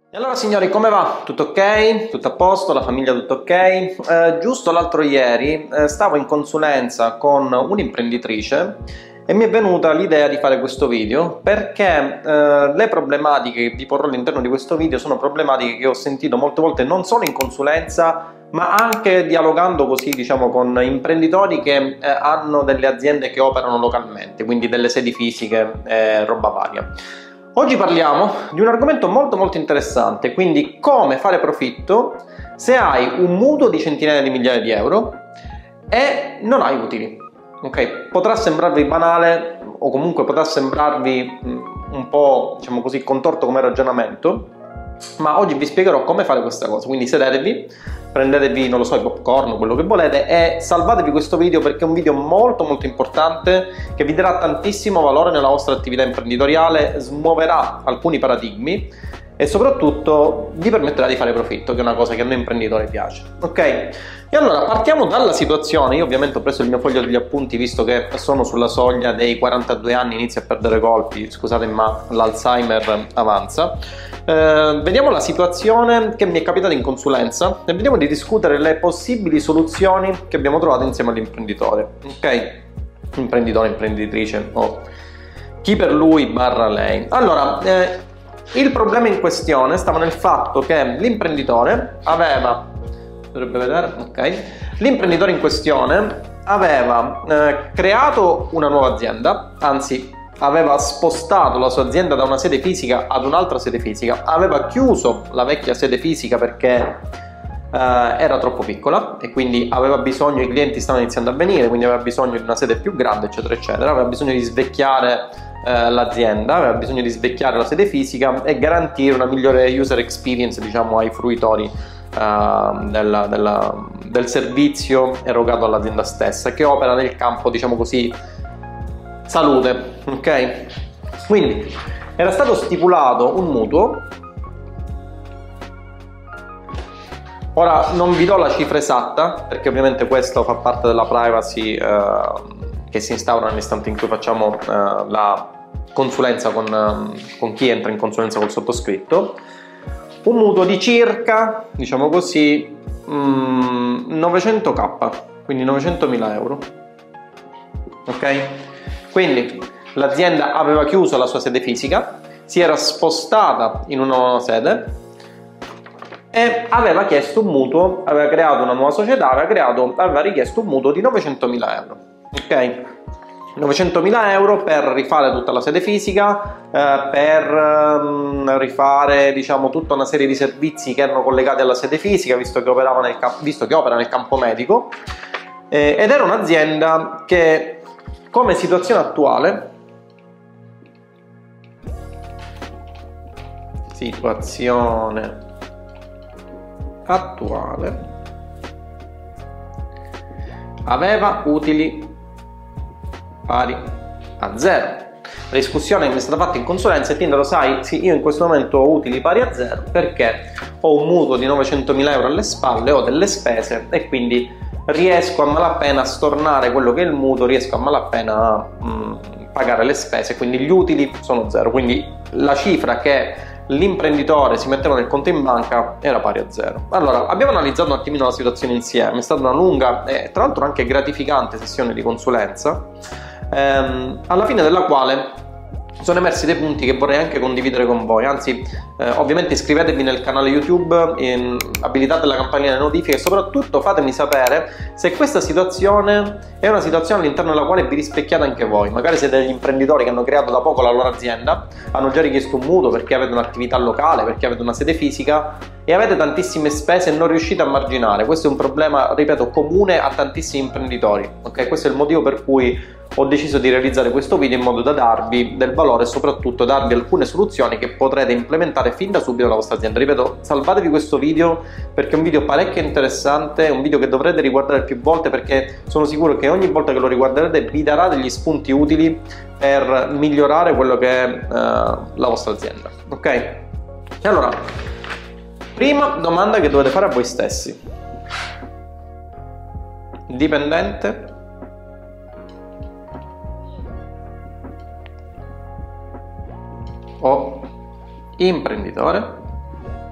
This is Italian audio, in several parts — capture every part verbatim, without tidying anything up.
E allora signori, come va? Tutto ok? Tutto a posto? La famiglia tutto ok? Eh, giusto l'altro ieri eh, stavo in consulenza con un'imprenditrice e mi è venuta l'idea di fare questo video perché eh, le problematiche che vi porrò all'interno di questo video sono problematiche che ho sentito molte volte non solo in consulenza ma anche dialogando così, diciamo, con imprenditori che eh, hanno delle aziende che operano localmente, quindi delle sedi fisiche e eh, roba varia. Oggi parliamo di un argomento molto molto interessante, quindi come fare profitto se hai un mutuo di centinaia di migliaia di euro e non hai utili. Ok, potrà sembrarvi banale o comunque potrà sembrarvi un po', diciamo così, contorto come ragionamento, ma oggi vi spiegherò come fare questa cosa. Quindi sedetevi, prendetevi, non lo so, i popcorn, quello che volete, e salvatevi questo video perché è un video molto molto importante che vi darà tantissimo valore nella vostra attività imprenditoriale, smuoverà alcuni paradigmi e soprattutto vi permetterà di fare profitto, che è una cosa che a noi imprenditori piace. Ok? E allora partiamo dalla situazione. Io ovviamente ho preso il mio foglio degli appunti visto che sono sulla soglia dei quarantadue anni, inizio a perdere colpi, scusate ma l'Alzheimer avanza. Eh, vediamo la situazione che mi è capitata in consulenza e vediamo di discutere le possibili soluzioni che abbiamo trovato insieme all'imprenditore. Ok? Imprenditore, imprenditrice o chi per lui barra lei. Allora, eh, il problema in questione stava nel fatto che l'imprenditore aveva, dovrebbe vedere, ok, l'imprenditore in questione aveva eh, creato una nuova azienda, anzi aveva spostato la sua azienda da una sede fisica ad un'altra sede fisica, aveva chiuso la vecchia sede fisica perché eh, era troppo piccola e quindi aveva bisogno, i clienti stavano iniziando a venire, quindi aveva bisogno di una sede più grande, eccetera eccetera, aveva bisogno di svecchiare eh, l'azienda, aveva bisogno di svecchiare la sede fisica e garantire una migliore user experience, diciamo, ai fruitori Uh, del, del, del servizio erogato all'azienda stessa, che opera nel campo, diciamo così, salute. Ok? Quindi era stato stipulato un mutuo. Ora non vi do la cifra esatta perché ovviamente questo fa parte della privacy uh, che si instaura nell'istante in cui facciamo uh, la consulenza con, uh, con chi entra in consulenza col sottoscritto. Un mutuo di circa, diciamo così, novecento k, quindi novecentomila euro. Ok? Quindi l'azienda aveva chiuso la sua sede fisica, si era spostata in una nuova sede e aveva chiesto un mutuo, aveva creato una nuova società, aveva, creato, aveva richiesto un mutuo di novecentomila euro. Ok? novecentomila euro per rifare tutta la sede fisica, eh, per um, rifare, diciamo, tutta una serie di servizi che erano collegati alla sede fisica, visto che, operava nel visto che opera nel campo medico, eh, ed era un'azienda che, come situazione attuale, situazione attuale, aveva utili pari a zero. La discussione che mi è stata fatta in consulenza è: Tinder, lo sai, sì, io in questo momento ho utili pari a zero perché ho un mutuo di novecentomila euro alle spalle, ho delle spese e quindi riesco a malapena a stornare quello che è il mutuo, riesco a malapena a mh, pagare le spese, quindi gli utili sono zero, quindi la cifra che l'imprenditore si metteva nel conto in banca era pari a zero. Allora, abbiamo analizzato un attimino la situazione insieme, è stata una lunga e tra l'altro anche gratificante sessione di consulenza, ehm, alla fine della quale sono emersi dei punti che vorrei anche condividere con voi. Anzi, eh, ovviamente iscrivetevi nel canale YouTube, in, abilitate la campanella delle notifiche e soprattutto fatemi sapere se questa situazione è una situazione all'interno della quale vi rispecchiate anche voi. Magari siete degli imprenditori che hanno creato da poco la loro azienda, hanno già richiesto un mutuo perché avete un'attività locale, perché avete una sede fisica e avete tantissime spese e non riuscite a marginare. Questo è un problema, ripeto, comune a tantissimi imprenditori. Ok? Questo è il motivo per cui ho deciso di realizzare questo video in modo da darvi del valore e soprattutto darvi alcune soluzioni che potrete implementare fin da subito nella vostra azienda. Ripeto, salvatevi questo video perché è un video parecchio interessante, è un video che dovrete riguardare più volte perché sono sicuro che ogni volta che lo riguarderete vi darà degli spunti utili per migliorare quello che è uh, la vostra azienda. Ok? E allora, prima domanda che dovete fare a voi stessi: dipendente o imprenditore?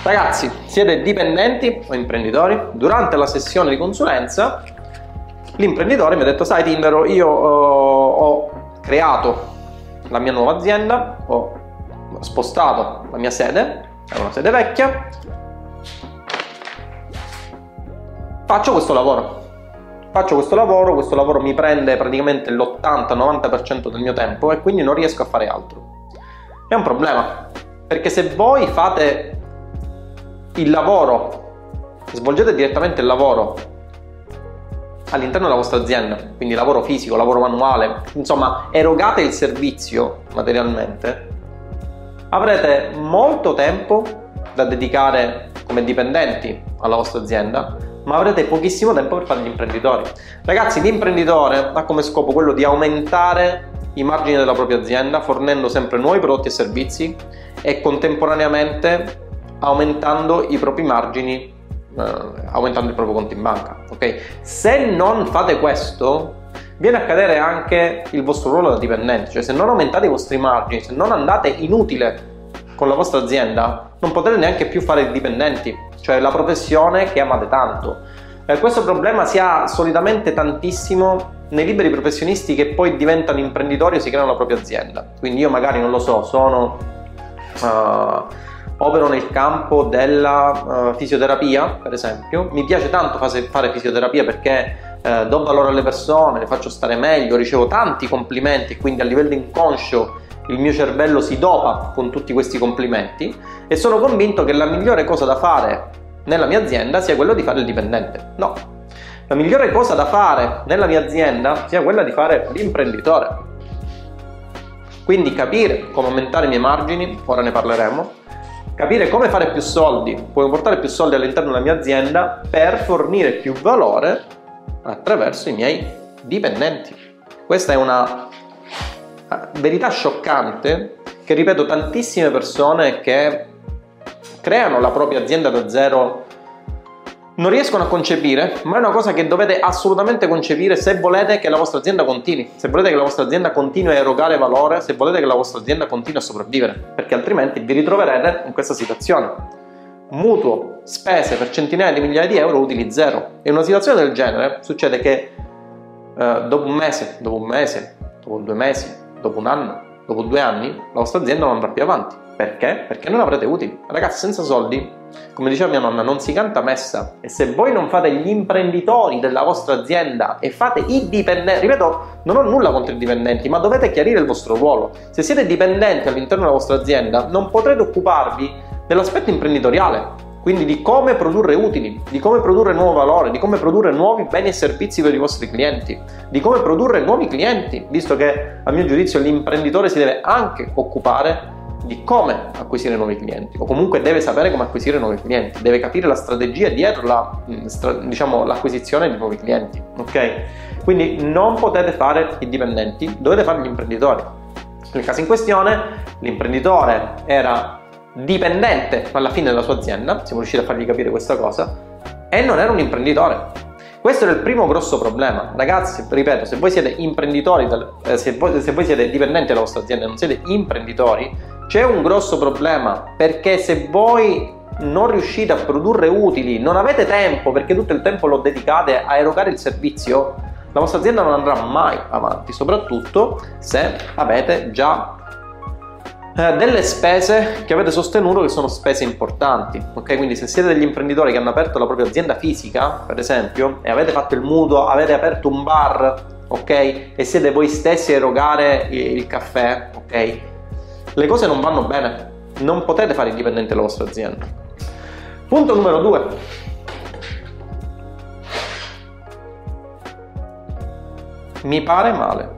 Ragazzi, siete dipendenti o imprenditori? Durante la sessione di consulenza l'imprenditore mi ha detto: sai Timbero, io uh, ho creato la mia nuova azienda, ho spostato la mia sede, è una sede vecchia, faccio questo lavoro. Faccio questo lavoro, questo lavoro mi prende praticamente l'ottanta novanta per cento del mio tempo e quindi non riesco a fare altro. È un problema, perché se voi fate il lavoro, svolgete direttamente il lavoro all'interno della vostra azienda, quindi lavoro fisico, lavoro manuale, insomma erogate il servizio materialmente, avrete molto tempo da dedicare come dipendenti alla vostra azienda, ma avrete pochissimo tempo per fare gli imprenditori. Ragazzi, l'imprenditore ha come scopo quello di aumentare i margini della propria azienda, fornendo sempre nuovi prodotti e servizi e contemporaneamente aumentando i propri margini, eh, aumentando il proprio conto in banca. Ok? Se non fate questo, viene a cadere anche il vostro ruolo da dipendente, cioè se non aumentate i vostri margini, se non andate inutile con la vostra azienda, non potrete neanche più fare i dipendenti, cioè la professione che amate tanto. Eh, questo problema si ha solitamente tantissimo nei liberi professionisti che poi diventano imprenditori o si creano la propria azienda. Quindi io magari, non lo so, sono uh, opero nel campo della uh, fisioterapia, per esempio, mi piace tanto fase, fare fisioterapia perché uh, do valore alle persone, le faccio stare meglio, ricevo tanti complimenti e quindi a livello inconscio il mio cervello si dopa con tutti questi complimenti e sono convinto che la migliore cosa da fare nella mia azienda sia quello di fare il dipendente. No, la migliore cosa da fare nella mia azienda sia quella di fare l'imprenditore. Quindi capire come aumentare i miei margini, ora ne parleremo, capire come fare più soldi, come portare più soldi all'interno della mia azienda per fornire più valore attraverso i miei dipendenti. Questa è una verità scioccante che, ripeto, tantissime persone che creano la propria azienda da zero non riescono a concepire, ma è una cosa che dovete assolutamente concepire se volete che la vostra azienda continui, se volete che la vostra azienda continui a erogare valore, se volete che la vostra azienda continui a sopravvivere, perché altrimenti vi ritroverete in questa situazione: mutuo, spese per centinaia di migliaia di euro, utili zero. E in una situazione del genere succede che eh, dopo un mese, dopo un mese, dopo due mesi, dopo un anno, dopo due anni, la vostra azienda non andrà più avanti. Perché? Perché non avrete utili. Ragazzi, senza soldi, come diceva mia nonna, non si canta messa. E se voi non fate gli imprenditori della vostra azienda e fate i dipendenti, ripeto, non ho nulla contro i dipendenti, ma dovete chiarire il vostro ruolo. Se siete dipendenti all'interno della vostra azienda, non potrete occuparvi dell'aspetto imprenditoriale, quindi di come produrre utili, di come produrre nuovo valore, di come produrre nuovi beni e servizi per i vostri clienti, di come produrre nuovi clienti, visto che a mio giudizio l'imprenditore si deve anche occupare di come acquisire nuovi clienti, o comunque deve sapere come acquisire nuovi clienti, deve capire la strategia dietro la, diciamo, l'acquisizione di nuovi clienti, ok? Quindi non potete fare i dipendenti, dovete fare gli imprenditori. Nel caso in questione, l'imprenditore era dipendente alla fine della sua azienda, siamo riusciti a fargli capire questa cosa, e non era un imprenditore. Questo era il primo grosso problema. Ragazzi, ripeto, se voi siete imprenditori, eh, se, voi, se voi siete dipendenti della vostra azienda e non siete imprenditori, c'è un grosso problema, perché se voi non riuscite a produrre utili, non avete tempo, perché tutto il tempo lo dedicate a erogare il servizio, la vostra azienda non andrà mai avanti, soprattutto se avete già eh, delle spese che avete sostenuto che sono spese importanti, ok? Quindi se siete degli imprenditori che hanno aperto la propria azienda fisica, per esempio, e avete fatto il mutuo, avete aperto un bar, ok? E siete voi stessi a erogare il, il caffè, ok? Le cose non vanno bene, non potete fare indipendente della vostra azienda. Punto numero due. Mi pare male.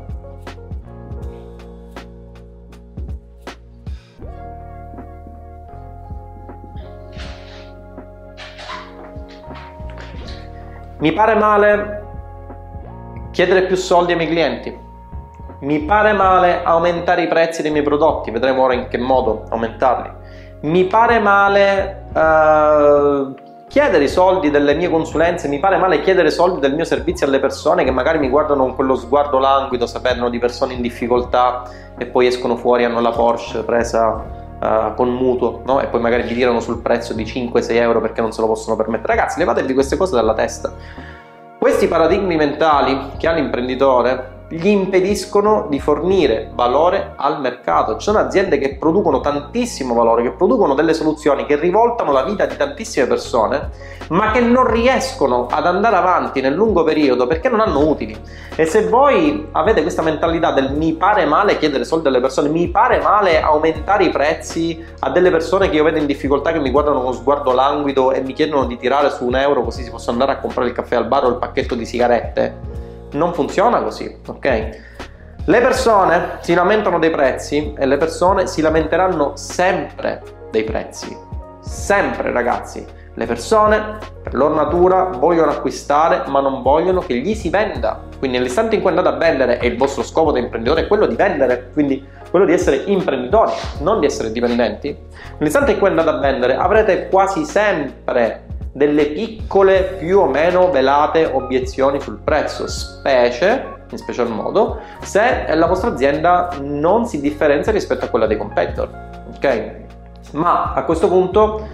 Mi pare male chiedere più soldi ai miei clienti. Mi pare male aumentare i prezzi dei miei prodotti, vedremo ora in che modo aumentarli. Mi pare male uh, chiedere i soldi delle mie consulenze, mi pare male chiedere soldi del mio servizio alle persone che magari mi guardano con quello sguardo languido, sapendo di persone in difficoltà e poi escono fuori, hanno la Porsche presa uh, con mutuo, no? E poi magari vi tirano sul prezzo di cinque sei euro perché non se lo possono permettere. Ragazzi, levatevi queste cose dalla testa. Questi paradigmi mentali che ha l'imprenditore gli impediscono di fornire valore al mercato. Ci sono aziende che producono tantissimo valore, che producono delle soluzioni che rivoltano la vita di tantissime persone, ma che non riescono ad andare avanti nel lungo periodo perché non hanno utili. E se voi avete questa mentalità del mi pare male chiedere soldi alle persone, mi pare male aumentare i prezzi a delle persone che io vedo in difficoltà, che mi guardano con sguardo languido e mi chiedono di tirare su un euro così si possa andare a comprare il caffè al bar o il pacchetto di sigarette, non funziona così, ok? Le persone si lamentano dei prezzi e le persone si lamenteranno sempre dei prezzi. Sempre, ragazzi. Le persone, per loro natura, vogliono acquistare, ma non vogliono che gli si venda. Quindi nell'istante in cui andate a vendere, e il vostro scopo da imprenditore è quello di vendere, quindi quello di essere imprenditori, non di essere dipendenti, nell'istante in cui andate a vendere avrete quasi sempre delle piccole, più o meno velate obiezioni sul prezzo, specie, in special modo, se la vostra azienda non si differenzia rispetto a quella dei competitor, ok? Ma a questo punto,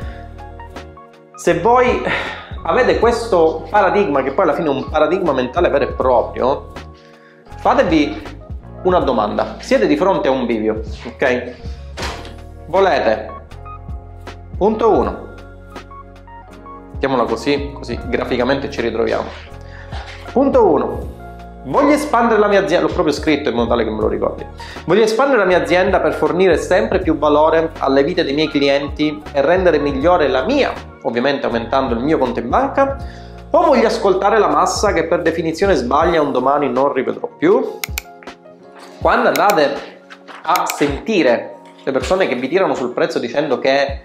se voi avete questo paradigma, che poi alla fine è un paradigma mentale vero e proprio, fatevi una domanda. Siete di fronte a un bivio, ok? Volete, punto uno, mettiamola così, così graficamente ci ritroviamo. Punto uno. Voglio espandere la mia azienda, l'ho proprio scritto in modo tale che me lo ricordi. Voglio espandere la mia azienda per fornire sempre più valore alle vite dei miei clienti e rendere migliore la mia, ovviamente aumentando il mio conto in banca, o voglio ascoltare la massa che per definizione sbaglia e un domani non rivedrò più? Quando andate a sentire le persone che vi tirano sul prezzo dicendo che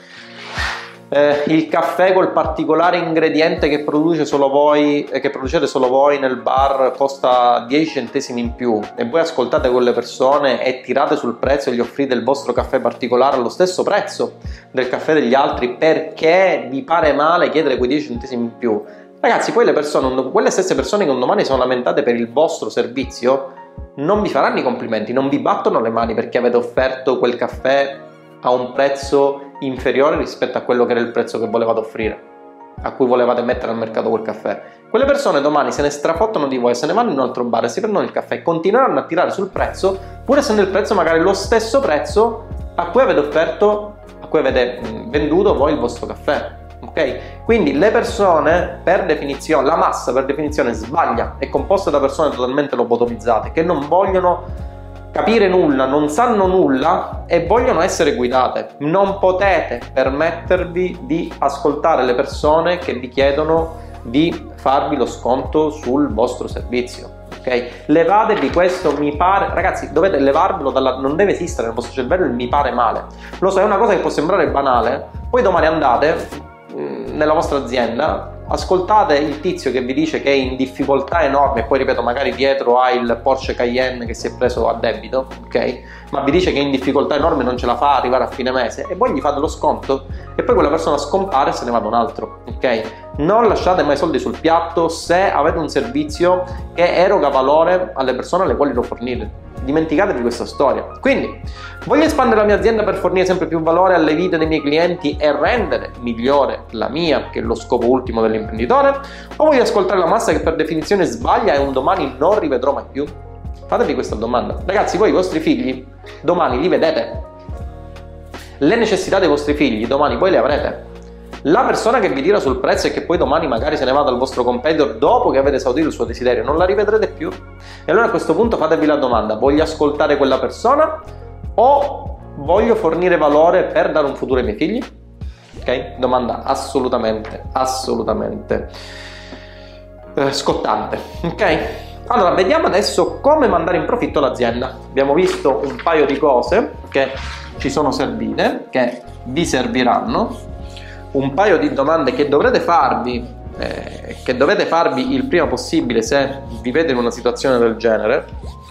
Eh, il caffè col particolare ingrediente che produce solo voi, eh, che producete solo voi nel bar costa dieci centesimi in più, e voi ascoltate quelle persone e tirate sul prezzo e gli offrite il vostro caffè particolare allo stesso prezzo del caffè degli altri perché vi pare male chiedere quei dieci centesimi in più. Ragazzi, poi le persone, quelle stesse persone che un domani sono lamentate per il vostro servizio, non vi faranno i complimenti, non vi battono le mani perché avete offerto quel caffè a un prezzo inferiore rispetto a quello che era il prezzo che volevate offrire, a cui volevate mettere al mercato quel caffè. Quelle persone domani se ne strafottono di voi, se ne vanno in un altro bar e si prendono il caffè e continueranno a tirare sul prezzo, pur essendo il prezzo magari lo stesso prezzo a cui avete offerto, a cui avete venduto voi il vostro caffè. Ok? Quindi le persone, per definizione, la massa per definizione sbaglia, è composta da persone totalmente lobotomizzate che non vogliono capire nulla, non sanno nulla e vogliono essere guidate. Non potete permettervi di ascoltare le persone che vi chiedono di farvi lo sconto sul vostro servizio. Ok? Levatevi questo mi pare, ragazzi, dovete levarvelo dalla, non deve esistere nel vostro cervello il mi pare male. Lo so, è una cosa che può sembrare banale, poi domani andate mh, nella vostra azienda, ascoltate il tizio che vi dice che è in difficoltà enorme e poi ripeto magari dietro ha il Porsche Cayenne che si è preso a debito, ok? Ma vi dice che è in difficoltà enorme, non ce la fa arrivare a fine mese e voi gli fate lo sconto e poi quella persona scompare e se ne va da un altro, ok? Non lasciate mai soldi sul piatto se avete un servizio che eroga valore alle persone alle quali lo fornite. Dimenticatevi questa storia. Quindi, voglio espandere la mia azienda per fornire sempre più valore alle vite dei miei clienti e rendere migliore la mia, che è lo scopo ultimo dell'imprenditore, o voglio ascoltare la massa che per definizione sbaglia e un domani non rivedrò mai più? Fatevi questa domanda. Ragazzi, voi i vostri figli domani li vedete. Le necessità dei vostri figli domani voi le avrete. La persona che vi tira sul prezzo e che poi domani magari se ne va dal vostro competitor dopo che avete esaudito il suo desiderio, non la rivedrete più. E allora a questo punto fatevi la domanda: voglio ascoltare quella persona o voglio fornire valore per dare un futuro ai miei figli? Ok? Domanda assolutamente, assolutamente eh, scottante. Ok? Allora, vediamo adesso come mandare in profitto l'azienda. Abbiamo visto un paio di cose che ci sono servite, che vi serviranno. Un paio di domande che dovrete farvi, eh, che dovete farvi il prima possibile se vivete in una situazione del genere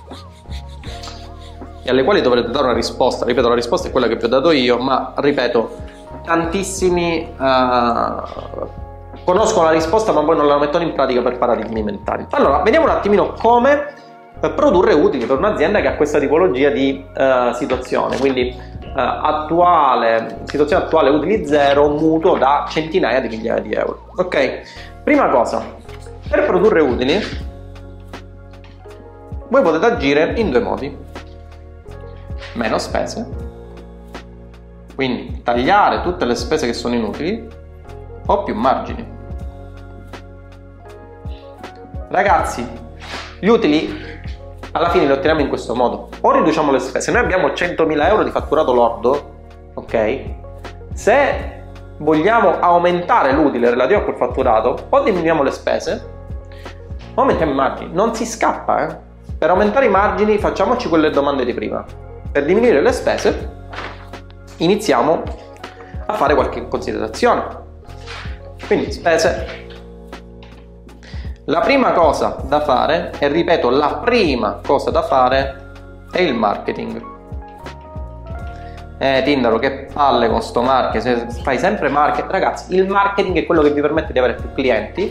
e alle quali dovrete dare una risposta. Ripeto, la risposta è quella che vi ho dato io, ma ripeto, tantissimi uh, conoscono la risposta ma poi non la mettono in pratica per paradigmi mentali. Allora, vediamo un attimino come produrre utili per un'azienda che ha questa tipologia di uh, situazione. Quindi attuale, situazione attuale utili zero, mutuo da centinaia di migliaia di euro. Ok, prima cosa, per produrre utili voi potete agire in due modi: meno spese, quindi tagliare tutte le spese che sono inutili, o più margini. Ragazzi, gli utili alla fine li otteniamo in questo modo: o riduciamo le spese, noi abbiamo centomila euro di fatturato lordo, ok? Se vogliamo aumentare l'utile relativo a quel fatturato, o diminuiamo le spese o aumentiamo i margini. Non si scappa, eh? Per aumentare i margini facciamoci quelle domande di prima. Per diminuire le spese iniziamo a fare qualche considerazione. Quindi spese. La prima cosa da fare, e ripeto, la prima cosa da fare è il marketing. Eh, Tindaro, che palle con sto marketing, se fai sempre marketing. Ragazzi, il marketing è quello che vi permette di avere più clienti.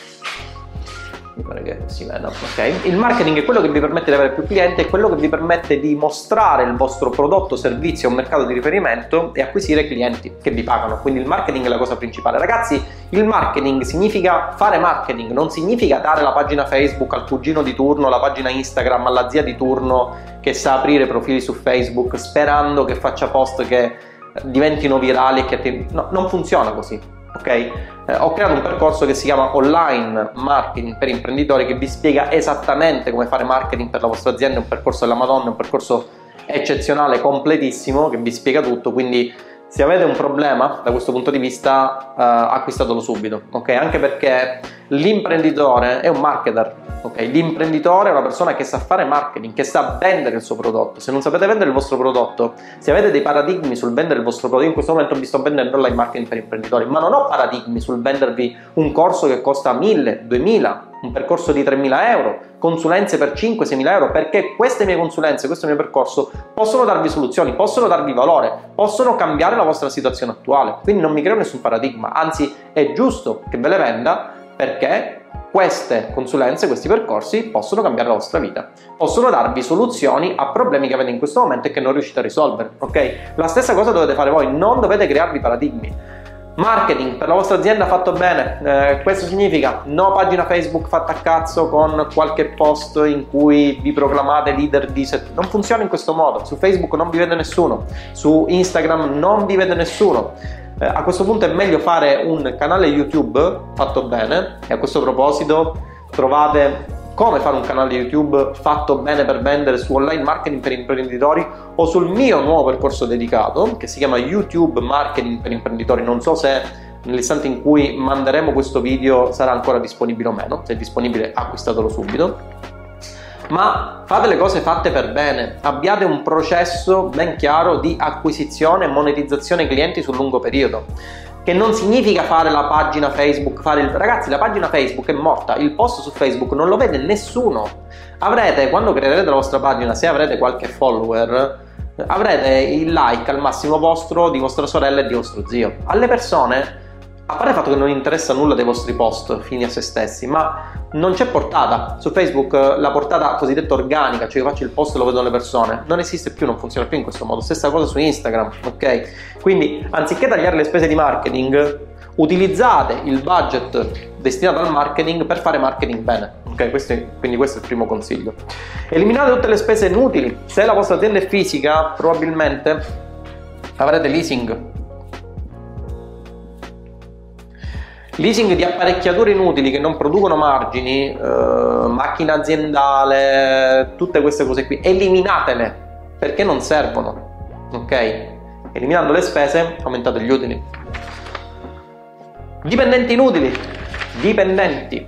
Mi pare che si veda, ok? Il marketing è quello che vi permette di avere più clienti, è quello che vi permette di mostrare il vostro prodotto, servizio a un mercato di riferimento e acquisire clienti che vi pagano. Quindi il marketing è la cosa principale. Ragazzi, il marketing significa fare marketing, non significa dare la pagina Facebook al cugino di turno, la pagina Instagram alla zia di turno che sa aprire profili su Facebook sperando che faccia post che diventino virali e che ti... No, non funziona così. Ok? Eh, ho creato un percorso che si chiama Online Marketing per imprenditori, che vi spiega esattamente come fare marketing per la vostra azienda. È un percorso della Madonna, è un percorso eccezionale, completissimo, che vi spiega tutto. Quindi se avete un problema da questo punto di vista, eh, acquistatelo subito, ok? Anche perché l'imprenditore è un marketer, ok? L'imprenditore è una persona che sa fare marketing, che sa vendere il suo prodotto. Se non sapete vendere il vostro prodotto, se avete dei paradigmi sul vendere il vostro prodotto, in questo momento vi sto vendendo online marketing per imprenditori, ma non ho paradigmi sul vendervi un corso che costa mille, duemila, un percorso di tremila euro, consulenze per cinque seimila euro, perché queste mie consulenze, questo mio percorso possono darvi soluzioni, possono darvi valore, possono cambiare la vostra situazione attuale. Quindi non mi creo nessun paradigma, anzi è giusto che ve le venda, perché queste consulenze, questi percorsi possono cambiare la vostra vita, possono darvi soluzioni a problemi che avete in questo momento e che non riuscite a risolvere, ok? La stessa cosa dovete fare voi, non dovete crearvi paradigmi. Marketing per la vostra azienda fatto bene, eh, questo significa no pagina Facebook fatta a cazzo con qualche post in cui vi proclamate leader di set. Non funziona in questo modo. Su Facebook non vi vede nessuno, su Instagram non vi vede nessuno. Eh, a questo punto è meglio fare un canale YouTube fatto bene, e a questo proposito trovate come fare un canale YouTube fatto bene per vendere su Online Marketing per imprenditori, o sul mio nuovo percorso dedicato che si chiama YouTube Marketing per imprenditori. Non so se nell'istante in cui manderemo questo video sarà ancora disponibile o meno. Se è disponibile, acquistatelo subito. Ma fate le cose fatte per bene, abbiate un processo ben chiaro di acquisizione e monetizzazione clienti sul lungo periodo, che non significa fare la pagina Facebook, fare il... Ragazzi, la pagina Facebook è morta, il post su Facebook non lo vede nessuno. Avrete, quando creerete la vostra pagina, se avrete qualche follower, avrete il like al massimo vostro, di vostra sorella e di vostro zio. Alle persone, a parte il fatto che non interessa nulla dei vostri post fini a se stessi, ma non c'è portata. Su Facebook la portata cosiddetta organica, cioè io faccio il post e lo vedono le persone, non esiste più, non funziona più in questo modo. Stessa cosa su Instagram, ok? Quindi anziché tagliare le spese di marketing, utilizzate il budget destinato al marketing per fare marketing bene, ok? Questo è, quindi questo è il primo consiglio. Eliminate tutte le spese inutili. Se la vostra azienda è fisica, probabilmente avrete leasing. Leasing di apparecchiature inutili che non producono margini, eh, macchina aziendale, tutte queste cose qui, eliminatele perché non servono, ok? Eliminando le spese aumentate gli utili. Dipendenti inutili, dipendenti.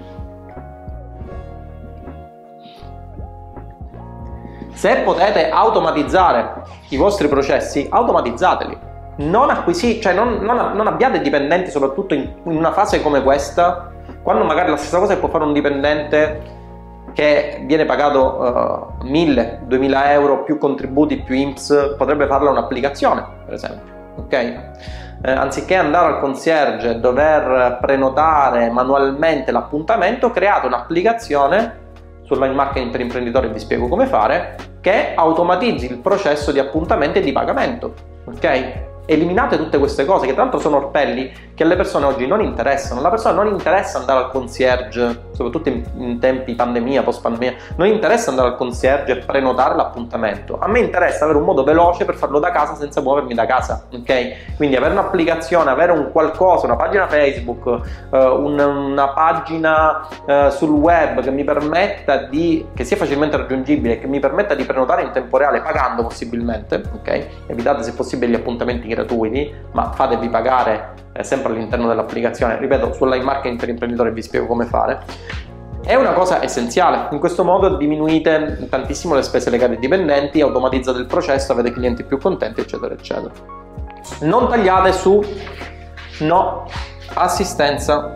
Se potete automatizzare i vostri processi, automatizzateli. Non acquisite, cioè non, non, non abbiate dipendenti, soprattutto in, in una fase come questa, quando magari la stessa cosa che può fare un dipendente che viene pagato uh, mille, duemila euro più contributi più I N P S, potrebbe farla un'applicazione, per esempio, ok? Eh, anziché andare al concierge e dover prenotare manualmente l'appuntamento, create un'applicazione online marketing per imprenditori vi spiego come fare, che automatizzi il processo di appuntamento e di pagamento, ok? Eliminate tutte queste cose che tra l'altro sono orpelli che alle persone oggi non interessano. La persona non interessa andare al concierge, soprattutto in, in tempi pandemia, post pandemia, non interessa andare al concierge e prenotare l'appuntamento. A me interessa avere un modo veloce per farlo da casa senza muovermi da casa, ok? Quindi avere un'applicazione, avere un qualcosa, una pagina Facebook, eh, un, una pagina eh, sul web che mi permetta di, che sia facilmente raggiungibile, che mi permetta di prenotare in tempo reale pagando possibilmente, ok? Evitate se possibile gli appuntamenti gratuiti, ma fatevi pagare eh, sempre all'interno dell'applicazione. Ripeto, sull'online marketing per imprenditori vi spiego come fare. È una cosa essenziale. In questo modo diminuite tantissimo le spese legate ai dipendenti, automatizzate il processo, avete clienti più contenti, eccetera eccetera. Non tagliate su no assistenza.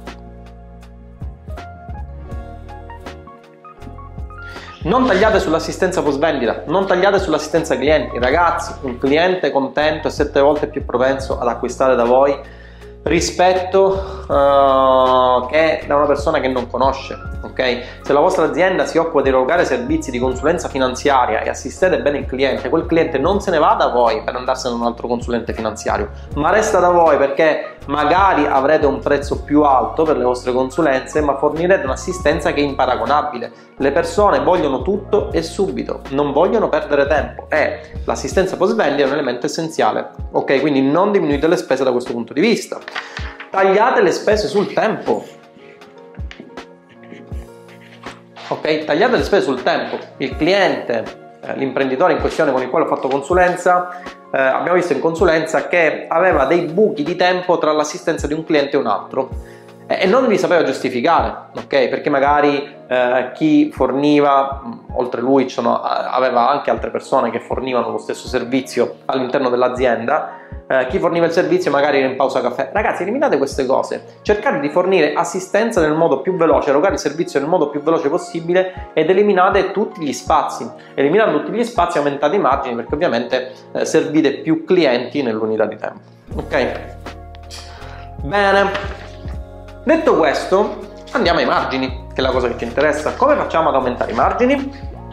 Non tagliate sull'assistenza post vendita, non tagliate sull'assistenza clienti. Ragazzi, un cliente contento è sette volte più propenso ad acquistare da voi rispetto uh, che da una persona che non conosce, ok? Se la vostra azienda si occupa di erogare servizi di consulenza finanziaria e assistete bene il cliente, quel cliente non se ne va da voi per andarsene da un altro consulente finanziario, ma resta da voi perché magari avrete un prezzo più alto per le vostre consulenze, ma fornirete un'assistenza che è imparagonabile. Le persone vogliono tutto e subito, non vogliono perdere tempo e l'assistenza post vendita è un elemento essenziale, ok? Quindi non diminuite le spese da questo punto di vista. Tagliate le spese sul tempo, ok? Tagliate le spese sul tempo. Il cliente, eh, l'imprenditore in questione con il quale ho fatto consulenza, eh, abbiamo visto in consulenza che aveva dei buchi di tempo tra l'assistenza di un cliente e un altro e non li sapeva giustificare, ok? Perché magari eh, chi forniva, oltre lui sono, aveva anche altre persone che fornivano lo stesso servizio all'interno dell'azienda, eh, chi forniva il servizio magari era in pausa caffè. Ragazzi, eliminate queste cose, cercate di fornire assistenza nel modo più veloce, erogare il servizio nel modo più veloce possibile ed eliminate tutti gli spazi. Eliminando tutti gli spazi aumentate i margini perché ovviamente eh, servite più clienti nell'unità di tempo, ok? Bene. Detto questo, andiamo ai margini, che è la cosa che ci interessa. Come facciamo ad aumentare i margini?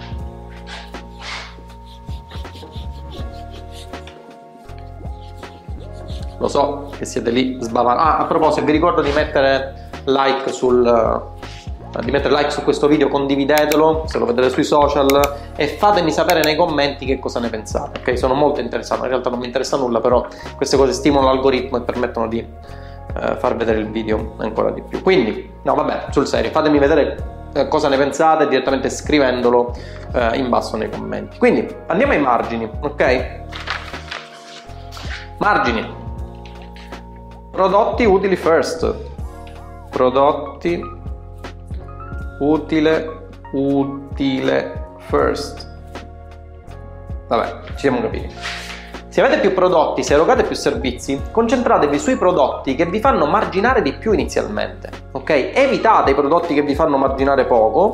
Lo so che siete lì sbavando. Ah, a proposito, vi ricordo di mettere like sul di mettere like su questo video, condividetelo se lo vedete sui social e fatemi sapere nei commenti che cosa ne pensate, ok? Sono molto interessato, in realtà non mi interessa nulla, però queste cose stimolano l'algoritmo e permettono di eh, far vedere il video ancora di più. Quindi, no vabbè, sul serio, fatemi vedere eh, cosa ne pensate direttamente scrivendolo eh, in basso nei commenti. Quindi, andiamo ai margini, ok? Margini. Prodotti utili first. Prodotti utile utile first. Vabbè, ci siamo capiti. Se avete più prodotti, se erogate più servizi, concentratevi sui prodotti che vi fanno marginare di più inizialmente, ok? Evitate i prodotti che vi fanno marginare poco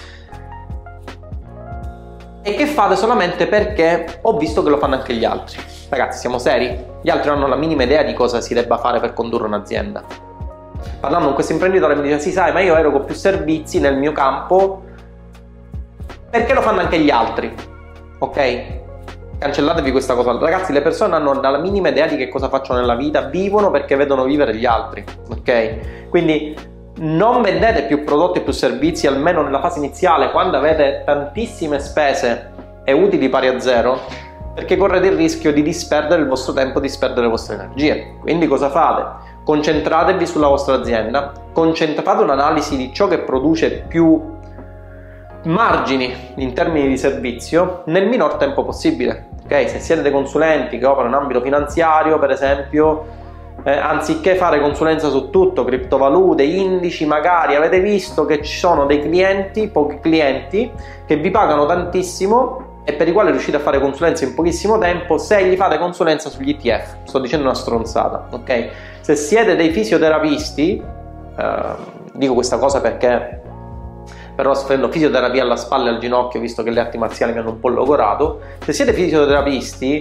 e che fate solamente perché ho visto che lo fanno anche gli altri. Ragazzi, siamo seri? Gli altri non hanno la minima idea di cosa si debba fare per condurre un'azienda. Parlando con questo imprenditore mi dice: sì, sai, ma io erogo più servizi nel mio campo perché lo fanno anche gli altri, ok? Cancellatevi questa cosa. Ragazzi, le persone hanno la minima idea di che cosa facciano nella vita, vivono perché vedono vivere gli altri, ok? Quindi non vendete più prodotti e più servizi, almeno nella fase iniziale, quando avete tantissime spese e utili pari a zero, perché correte il rischio di disperdere il vostro tempo, di disperdere le vostre energie. Quindi cosa fate? Concentratevi sulla vostra azienda, concentrate un'analisi di ciò che produce più margini in termini di servizio nel minor tempo possibile, ok? Se siete dei consulenti che operano in ambito finanziario, per esempio, eh, anziché fare consulenza su tutto, criptovalute, indici, magari avete visto che ci sono dei clienti, pochi clienti, che vi pagano tantissimo e per i quali riuscite a fare consulenza in pochissimo tempo se gli fate consulenza sugli E T F. Sto dicendo una stronzata, ok? Se siete dei fisioterapisti, eh, dico questa cosa perché però facendo fisioterapia alla spalla e al ginocchio, visto che le arti marziali mi hanno un po' logorato, se siete fisioterapisti,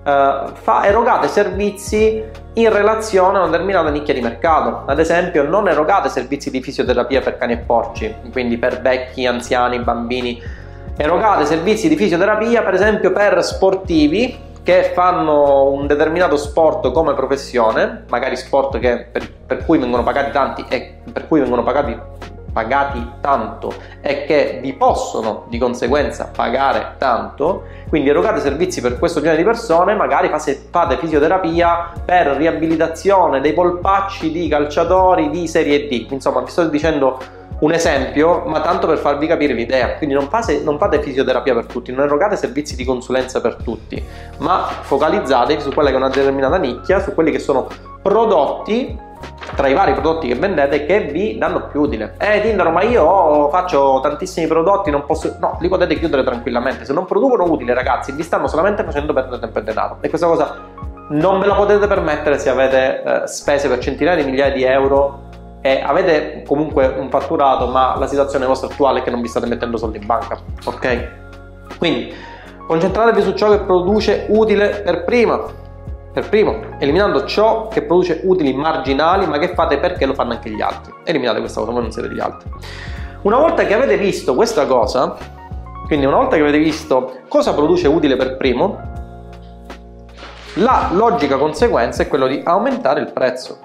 fa, erogate servizi in relazione a una determinata nicchia di mercato. Ad esempio, non erogate servizi di fisioterapia per cani e porci, quindi per vecchi, anziani, bambini. Erogate servizi di fisioterapia, per esempio, per sportivi che fanno un determinato sport come professione, magari sport che, per, per cui vengono pagati tanti e per cui vengono pagati pagati tanto e che vi possono di conseguenza pagare tanto. Quindi erogate servizi per questo genere di persone, magari fate fisioterapia per riabilitazione dei polpacci di calciatori di serie D. Insomma, vi sto dicendo un esempio, ma tanto per farvi capire l'idea. Quindi non fate, non fate fisioterapia per tutti, non erogate servizi di consulenza per tutti, ma focalizzatevi su quella che è una determinata nicchia, su quelli che sono prodotti tra i vari prodotti che vendete che vi danno più utile. Eh Tindaro, ma io faccio tantissimi prodotti, non posso... No, li potete chiudere tranquillamente. Se non producono utile, ragazzi, vi stanno solamente facendo perdere tempo e denaro, e questa cosa non ve la potete permettere se avete eh, spese per centinaia di migliaia di euro e avete comunque un fatturato, ma la situazione vostra attuale è che non vi state mettendo soldi in banca, ok? Quindi concentratevi su ciò che produce utile per prima Per primo, eliminando ciò che produce utili marginali, ma che fate perché lo fanno anche gli altri. Eliminate questa cosa, voi non siete gli altri. Una volta che avete visto questa cosa, quindi una volta che avete visto cosa produce utile per primo, la logica conseguenza è quello di aumentare il prezzo.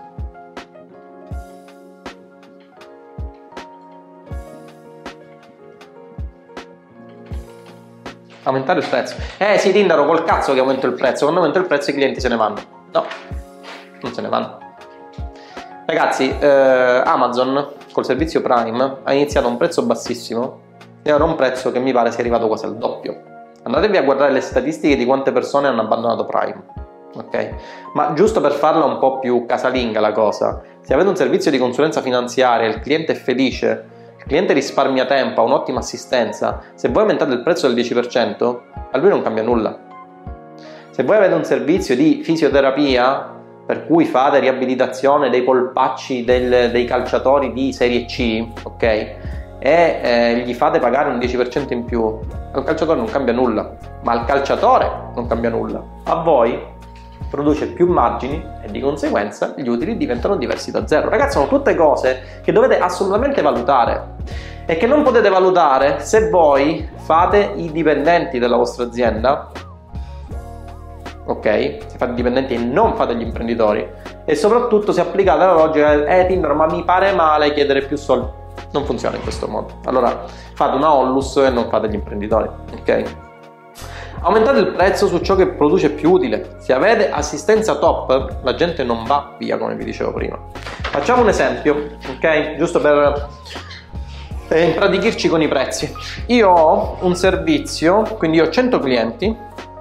Aumentare il prezzo. Eh sì, Tindaro, col cazzo che aumento il prezzo. Quando aumento il prezzo i clienti se ne vanno. No, non se ne vanno. Ragazzi, eh, Amazon col servizio Prime ha iniziato a un prezzo bassissimo e ora un prezzo che mi pare sia arrivato quasi al doppio. Andatevi a guardare le statistiche di quante persone hanno abbandonato Prime, ok? Ma giusto per farla un po' più casalinga la cosa, se avete un servizio di consulenza finanziaria e il cliente è felice, il cliente risparmia tempo, ha un'ottima assistenza, se voi aumentate il prezzo del dieci per cento, a lui non cambia nulla. Se voi avete un servizio di fisioterapia per cui fate riabilitazione dei polpacci del, dei calciatori di serie C, ok? E eh, gli fate pagare un dieci per cento in più, al calciatore non cambia nulla, ma al calciatore non cambia nulla. A voi produce più margini e di conseguenza gli utili diventano diversi da zero. Ragazzi, sono tutte cose che dovete assolutamente valutare e che non potete valutare se voi fate i dipendenti della vostra azienda, ok? Se fate i dipendenti e non fate gli imprenditori, e soprattutto se applicate la logica eh Tindaro, ma mi pare male chiedere più soldi. Non funziona in questo modo. Allora fate una Onlus e non fate gli imprenditori, ok? Aumentate il prezzo su ciò che produce più utile. Se avete assistenza top, la gente non va via, come vi dicevo prima. Facciamo un esempio, ok? Giusto per eh, impratichirci con i prezzi. Io ho un servizio, quindi ho cento clienti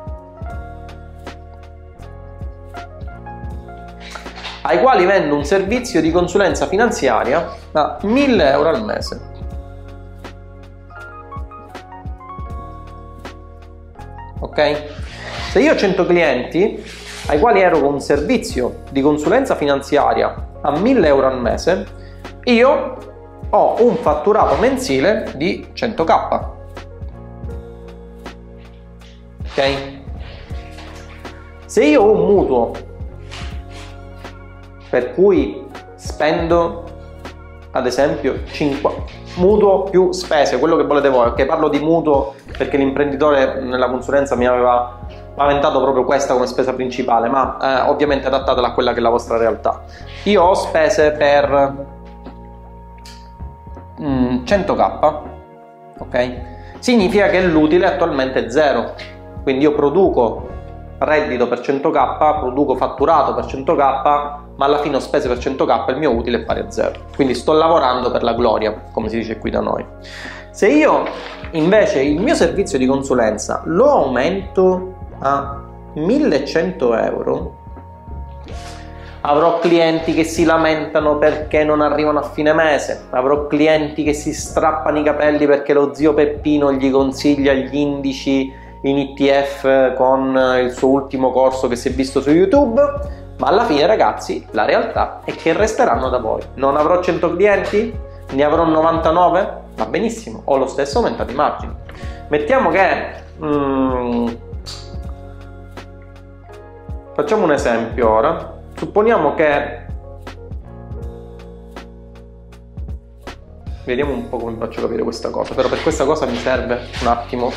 ai quali vendo un servizio di consulenza finanziaria da mille euro al mese. Ok? Se io ho cento clienti ai quali erogo un servizio di consulenza finanziaria a mille euro al mese, io ho un fatturato mensile di cento k. Ok? Se io ho un mutuo per cui spendo ad esempio cinque mutuo più spese, quello che volete voi, ok? Parlo di mutuo perché l'imprenditore nella consulenza mi aveva paventato proprio questa come spesa principale, ma eh, ovviamente adattatela a quella che è la vostra realtà. Io ho spese per mm, cento k, ok? Significa che l'utile attualmente è zero, quindi io produco reddito per cento k, produco fatturato per cento k, ma alla fine ho spese per cento k e il mio utile è pari a zero. Quindi sto lavorando per la gloria, come si dice qui da noi. Se io invece il mio servizio di consulenza lo aumento a millecento euro, avrò clienti che si lamentano perché non arrivano a fine mese, avrò clienti che si strappano i capelli perché lo zio Peppino gli consiglia gli indici in E T F con il suo ultimo corso che si è visto su YouTube, ma alla fine, ragazzi, la realtà è che resteranno da voi. Non avrò cento clienti? Ne avrò novantanove? Va benissimo, ho lo stesso aumentato i margini. Mettiamo che mm, facciamo un esempio ora. Supponiamo che, vediamo un po' come faccio capire questa cosa, però per questa cosa mi serve un attimo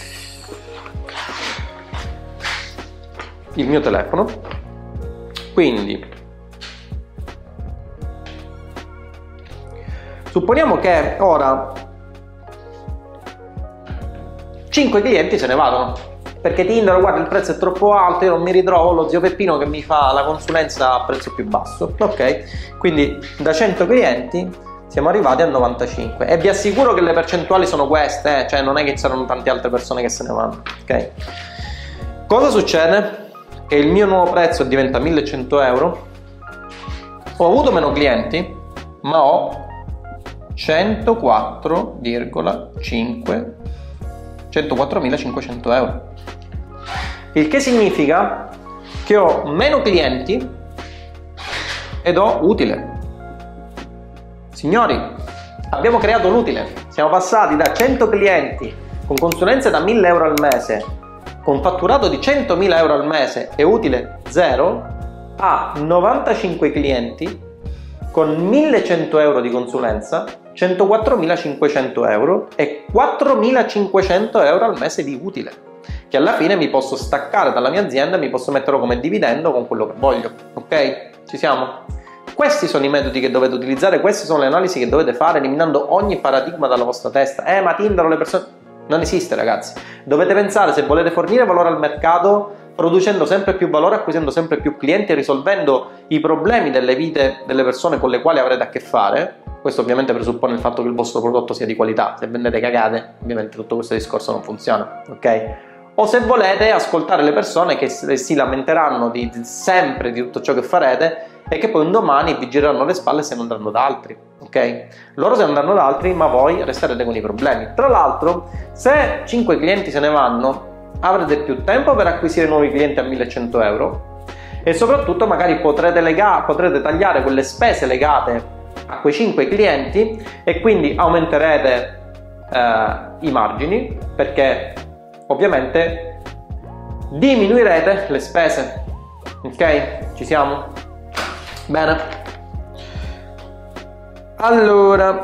il mio telefono. Quindi supponiamo che ora cinque clienti se ne vadano perché Tinder, guarda, il prezzo è troppo alto, io non mi ritrovo lo zio Peppino che mi fa la consulenza a prezzo più basso. Ok, quindi da cento clienti siamo arrivati a novantacinque e vi assicuro che le percentuali sono queste, eh? Cioè non è che ci saranno tante altre persone che se ne vanno. Ok, cosa succede? Che il mio nuovo prezzo diventa millecento euro, ho avuto meno clienti ma ho centoquattro virgola cinque centoquattromilacinquecento euro, il che significa che ho meno clienti ed ho utile. Signori, abbiamo creato l'utile, siamo passati da cento clienti con consulenze da mille euro al mese, con fatturato di centomila euro al mese e utile zero, a novantacinque clienti con millecento euro di consulenza, centoquattromilacinquecento euro e quattromilacinquecento euro al mese di utile, che alla fine mi posso staccare dalla mia azienda e mi posso metterlo come dividendo con quello che voglio. Ok? Ci siamo? Questi sono i metodi che dovete utilizzare, queste sono le analisi che dovete fare, eliminando ogni paradigma dalla vostra testa. Eh, ma Tinder, le persone... Non esiste, ragazzi. Dovete pensare, se volete fornire valore al mercato, producendo sempre più valore, acquisendo sempre più clienti e risolvendo i problemi delle vite delle persone con le quali avrete a che fare. Questo ovviamente presuppone il fatto che il vostro prodotto sia di qualità. Se vendete cagate, ovviamente tutto questo discorso non funziona, ok? O se volete ascoltare le persone che si lamenteranno di, di sempre di tutto ciò che farete e che poi un domani vi gireranno le spalle se ne andranno da altri, ok? Loro se ne andranno da altri, ma voi resterete con i problemi. Tra l'altro, se cinque clienti se ne vanno, avrete più tempo per acquisire nuovi clienti a millecento euro e soprattutto magari potrete, lega- potrete tagliare quelle spese legate a quei cinque clienti e quindi aumenterete eh, i margini, perché ovviamente diminuirete le spese. Ok? Ci siamo? Bene. Allora,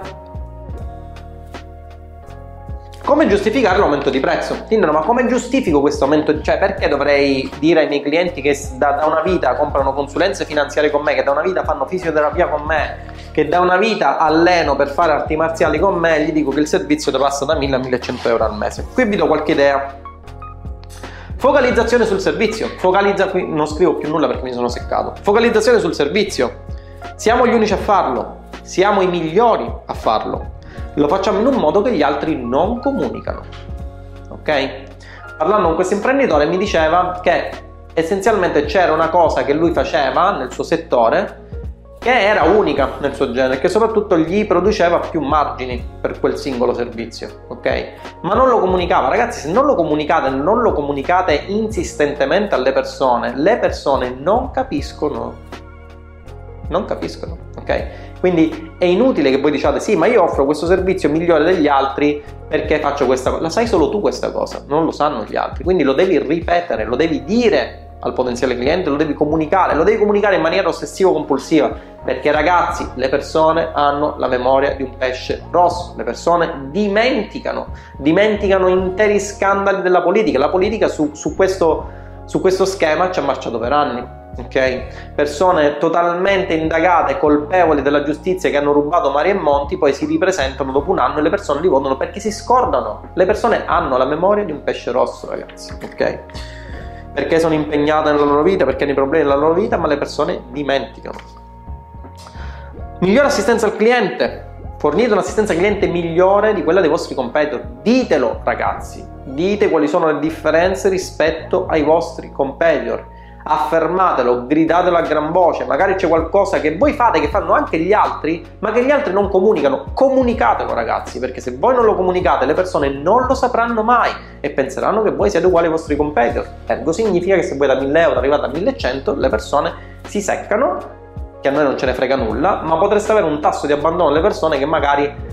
come giustificare l'aumento di prezzo? Tinder, ma come giustifico questo aumento? Cioè, perché dovrei dire ai miei clienti che da, da una vita comprano consulenze finanziarie con me, che da una vita fanno fisioterapia con me, che da una vita alleno per fare arti marziali con me, gli dico che il servizio passa da mille a millecento euro al mese? Qui vi do qualche idea. Focalizzazione sul servizio. Focalizza, qui non scrivo più nulla perché mi sono seccato. Focalizzazione sul servizio. Siamo gli unici a farlo, siamo i migliori a farlo. Lo facciamo in un modo che gli altri non comunicano. Ok? Parlando con questo imprenditore mi diceva che essenzialmente c'era una cosa che lui faceva nel suo settore che era unica nel suo genere, che soprattutto gli produceva più margini per quel singolo servizio, ok? Ma non lo comunicava. Ragazzi, se non lo comunicate, non lo comunicate insistentemente alle persone, le persone non capiscono. Non capiscono, ok? Quindi è inutile che voi diciate sì, ma io offro questo servizio migliore degli altri perché faccio questa cosa. La sai solo tu questa cosa, non lo sanno gli altri. Quindi lo devi ripetere, lo devi dire al potenziale cliente, lo devi comunicare, lo devi comunicare in maniera ossessivo-compulsiva, perché ragazzi, le persone hanno la memoria di un pesce rosso, le persone dimenticano, dimenticano interi scandali della politica. La politica su, su, questo, su questo schema ci ha marciato per anni, ok? Persone totalmente indagate, colpevoli della giustizia, che hanno rubato mari e monti, poi si ripresentano dopo un anno e le persone li votano perché si scordano. Le persone hanno la memoria di un pesce rosso, ragazzi, ok? Perché sono impegnate nella loro vita, perché hanno i problemi della loro vita, ma le persone dimenticano. Migliore assistenza al cliente. Fornite un'assistenza al cliente migliore di quella dei vostri competitor. Ditelo, ragazzi. Dite quali sono le differenze rispetto ai vostri competitor. Affermatelo, gridatelo a gran voce. Magari c'è qualcosa che voi fate, che fanno anche gli altri, ma che gli altri non comunicano. Comunicatelo, ragazzi, perché se voi non lo comunicate, le persone non lo sapranno mai e penseranno che voi siete uguali ai vostri competitor. Ergo significa che se voi da mille euro arrivate a millecento, le persone si seccano, che a noi non ce ne frega nulla, ma potreste avere un tasso di abbandono alle persone che magari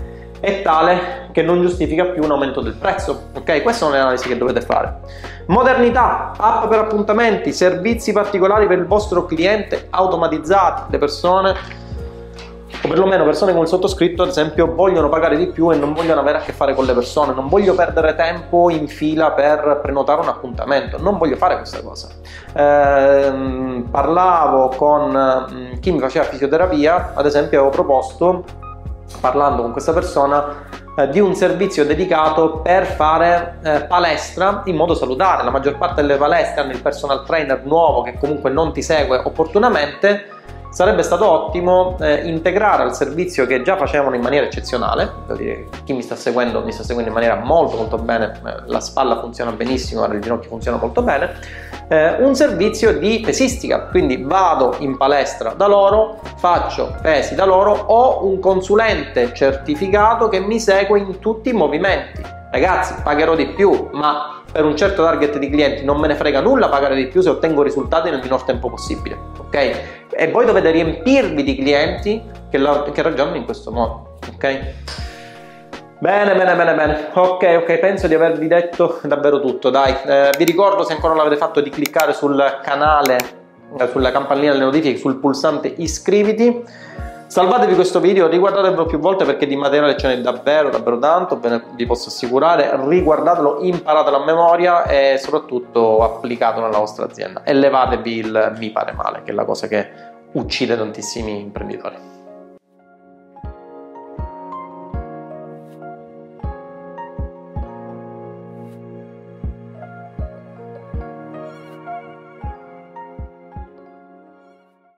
è tale che non giustifica più un aumento del prezzo. Ok, queste sono le analisi che dovete fare. Modernità, app per appuntamenti, servizi particolari per il vostro cliente automatizzati. Le persone, o perlomeno persone come il sottoscritto, ad esempio, vogliono pagare di più e non vogliono avere a che fare con le persone. Non voglio perdere tempo in fila per prenotare un appuntamento, non voglio fare questa cosa. Eh, parlavo con chi mi faceva fisioterapia, ad esempio avevo proposto, parlando con questa persona, eh, di un servizio dedicato per fare eh, palestra in modo salutare. La maggior parte delle palestre hanno il personal trainer nuovo che comunque non ti segue opportunamente. Sarebbe stato ottimo eh, integrare al servizio che già facevano in maniera eccezionale. Devo dire, chi mi sta seguendo mi sta seguendo in maniera molto molto bene, eh, la spalla funziona benissimo, il ginocchio funziona molto bene, eh, un servizio di pesistica. Quindi vado in palestra da loro, faccio pesi da loro, ho un consulente certificato che mi segue in tutti i movimenti. Ragazzi, pagherò di più, ma per un certo target di clienti non me ne frega nulla pagare di più se ottengo risultati nel minor tempo possibile, ok? E voi dovete riempirvi di clienti che, la, che ragionano in questo modo, ok? Bene, bene, bene, bene, ok, ok, penso di avervi detto davvero tutto, dai. Eh, vi ricordo, se ancora non l'avete fatto, di cliccare sul canale, eh, sulla campanellina delle notifiche, sul pulsante iscriviti. Salvatevi questo video, riguardatelo più volte perché di materiale ce n'è davvero, davvero tanto, ve ne, vi posso assicurare. Riguardatelo, imparatelo a memoria e soprattutto applicatelo nella vostra azienda. E levatevi il mi pare male, che è la cosa che uccide tantissimi imprenditori.